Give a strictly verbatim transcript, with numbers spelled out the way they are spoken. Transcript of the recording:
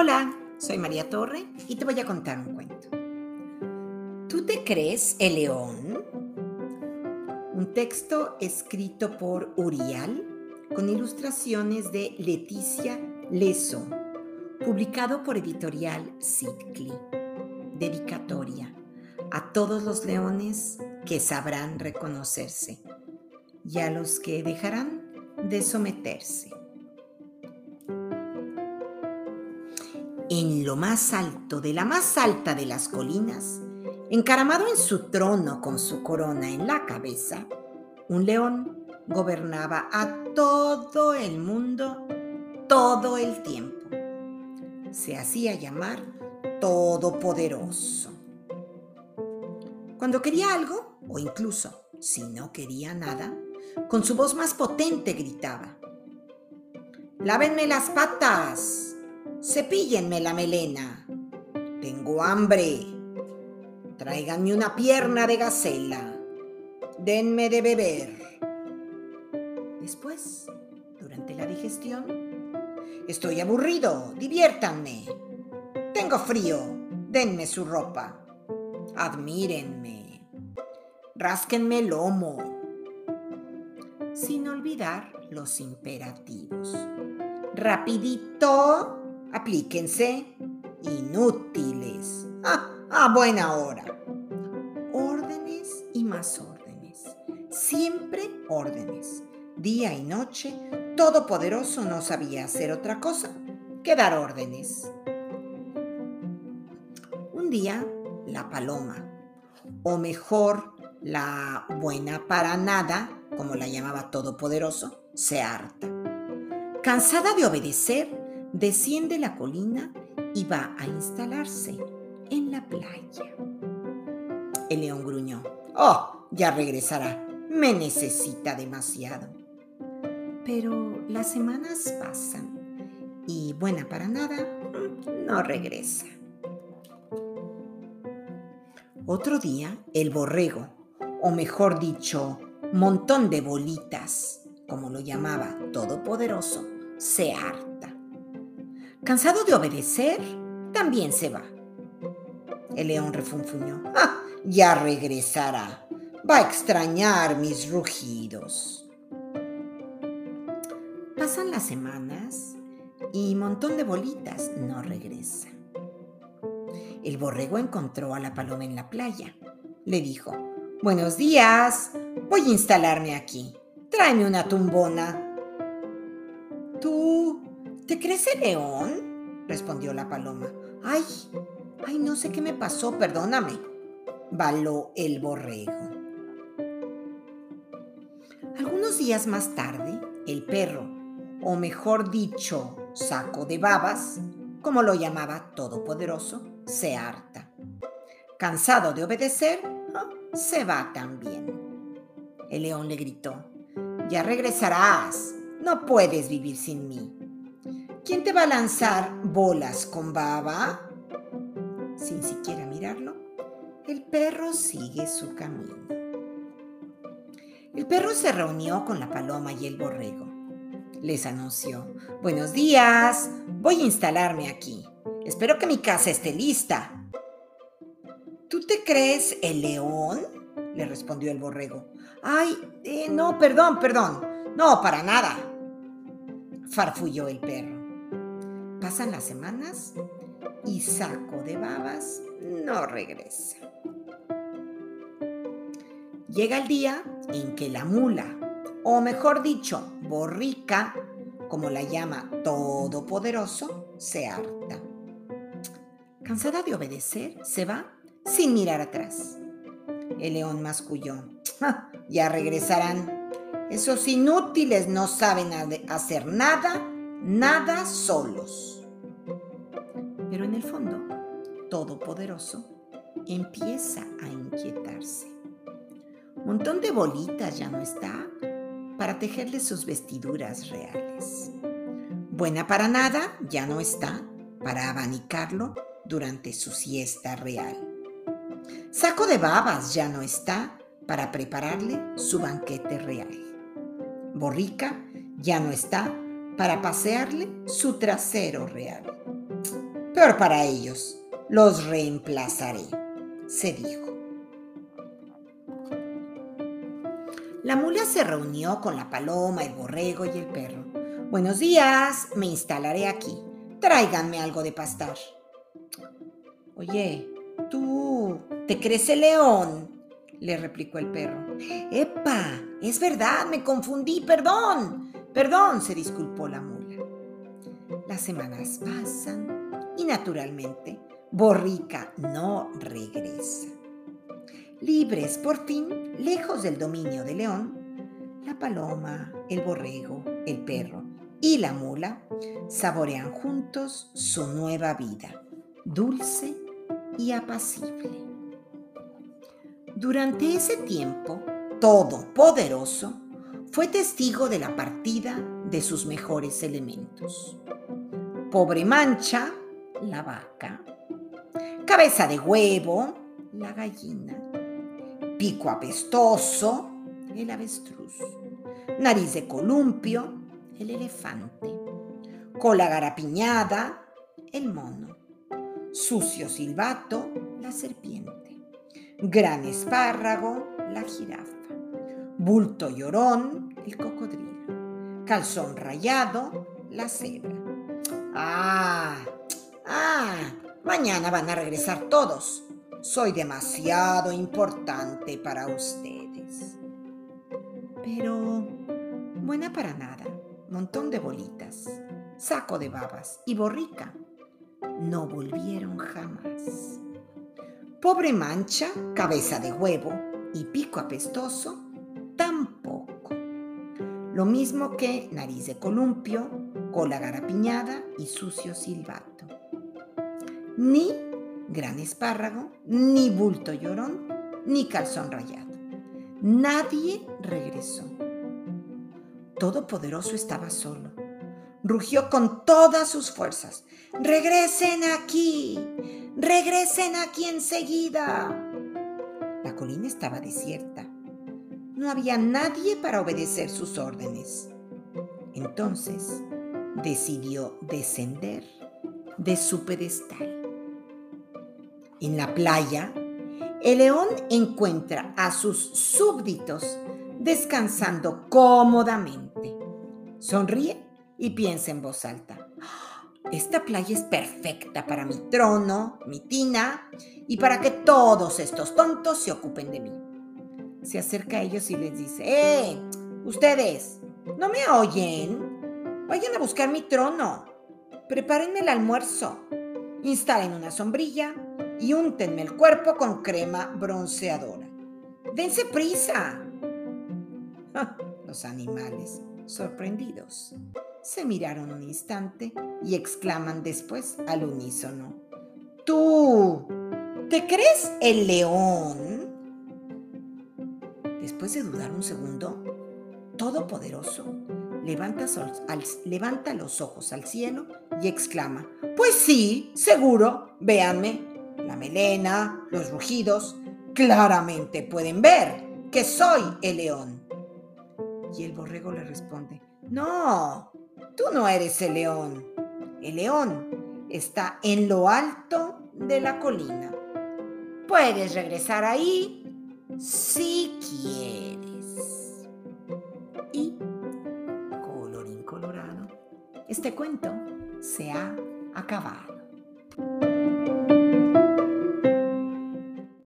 Hola, soy María Torre y te voy a contar un cuento. ¿Tú te crees el león? Un texto escrito por Urial con ilustraciones de Leticia Leso, publicado por Editorial Sitcli. Dedicatoria a todos los leones que sabrán reconocerse y a los que dejarán de someterse. En lo más alto de la más alta de las colinas, encaramado en su trono con su corona en la cabeza, un león gobernaba a todo el mundo todo el tiempo. Se hacía llamar Todopoderoso. Cuando quería algo, o incluso si no quería nada, con su voz más potente gritaba: «Lávenme las patas, cepíllenme la melena, tengo hambre, tráiganme una pierna de gacela, denme de beber». Después, durante la digestión: «Estoy aburrido, diviértanme, tengo frío, denme su ropa, admírenme, rásquenme el lomo». Sin olvidar los imperativos: «Rapidito, aplíquense, inútiles, ¡ah, a buena hora!». Órdenes y más órdenes, siempre órdenes. Día y noche, Todopoderoso no sabía hacer otra cosa que dar órdenes. Un día, la paloma, o mejor, la buena para nada, como la llamaba Todopoderoso, se harta. Cansada de obedecer, desciende la colina y va a instalarse en la playa. El león gruñó: «Oh, ya regresará, me necesita demasiado». Pero las semanas pasan y buena para nada no regresa. Otro día, el borrego, o mejor dicho, montón de bolitas, como lo llamaba Todopoderoso, se harta. Cansado de obedecer, también se va. El león refunfuñó: «¡Ah, ya regresará! Va a extrañar mis rugidos». Pasan las semanas y montón de bolitas no regresa. El borrego encontró a la paloma en la playa. Le dijo: «Buenos días, voy a instalarme aquí. Tráeme una tumbona». «¿Tú te crees el león?», respondió la paloma. «Ay, ay, no sé qué me pasó, perdóname», baló el borrego. Algunos días más tarde, el perro, o mejor dicho, saco de babas, como lo llamaba Todopoderoso, se harta. Cansado de obedecer, se va también. El león le gritó: «Ya regresarás, no puedes vivir sin mí. ¿Quién te va a lanzar bolas con baba?». Sin siquiera mirarlo, el perro sigue su camino. El perro se reunió con la paloma y el borrego. Les anunció: «Buenos días, voy a instalarme aquí. Espero que mi casa esté lista». «¿Tú te crees el león?», le respondió el borrego. «Ay, eh, no, perdón, perdón, no, para nada», farfulló el perro. Pasan las semanas y Saco de Babas no regresa. Llega el día en que la mula, o mejor dicho, Borrica, como la llama Todopoderoso, se harta. Cansada de obedecer, se va sin mirar atrás. El león masculló: «¡Ja! Ya regresarán. Esos inútiles no saben hacer nada, nada solos». Pero en el fondo, Todopoderoso empieza a inquietarse. Montón de bolitas ya no está para tejerle sus vestiduras reales. Buena para nada ya no está para abanicarlo durante su siesta real. Saco de Babas ya no está para prepararle su banquete real. Borrica ya no está para pasearle su trasero real. Peor para ellos, los reemplazaré, se dijo. La mula se reunió con la paloma, el borrego y el perro. Buenos días, me instalaré aquí. Tráiganme algo de pastar. Oye, ¿tú te crees el león?, le replicó el perro. ¡Epa! Es verdad, me confundí, perdón. Perdón, se disculpó la mula. Las semanas pasan y naturalmente Borrica no regresa. Libres por fin, lejos del dominio de León, la paloma, el borrego, el perro y la mula saborean juntos su nueva vida, dulce y apacible. Durante ese tiempo, Todopoderoso fue testigo de la partida de sus mejores elementos. Pobre Mancha, la vaca. Cabeza de huevo, la gallina. Pico apestoso, el avestruz. Nariz de columpio, el elefante. Cola garapiñada, el mono. Sucio silbato, la serpiente. Gran espárrago, la jirafa. Bulto llorón, el cocodrilo. Calzón rayado, la cebra. Ah, ah, mañana van a regresar todos. Soy demasiado importante para ustedes. Pero buena para nada, montón de bolitas, saco de babas y Borrica no volvieron jamás. Pobre Mancha, cabeza de huevo y pico apestoso, tampoco. Lo mismo que nariz de columpio, cola garapiñada y sucio silbato. Ni gran espárrago, ni bulto llorón, ni calzón rayado. Nadie regresó. Todopoderoso estaba solo. Rugió con todas sus fuerzas. ¡Regresen aquí! ¡Regresen aquí enseguida! La colina estaba desierta. No había nadie para obedecer sus órdenes. Entonces decidió descender de su pedestal. En la playa, el león encuentra a sus súbditos descansando cómodamente. Sonríe y piensa en voz alta. Esta playa es perfecta para mi trono, mi tina, y para que todos estos tontos se ocupen de mí. Se acerca a ellos y les dice: ¡Eh! ¡Ustedes! ¿No me oyen? Vayan a buscar mi trono. Prepárenme el almuerzo. Instalen una sombrilla y úntenme el cuerpo con crema bronceadora. ¡Dense prisa! Los animales, sorprendidos, se miraron un instante y exclaman después al unísono: ¿Tú te crees el león? Después de dudar un segundo, Todopoderoso levanta, sol, al, levanta los ojos al cielo y exclama: Pues sí, seguro, véanme, la melena, los rugidos, claramente pueden ver que soy el león. Y el borrego le responde: No, tú no eres el león. El león está en lo alto de la colina. Puedes regresar ahí si quieres. Y, colorín colorado, este cuento se ha acabado.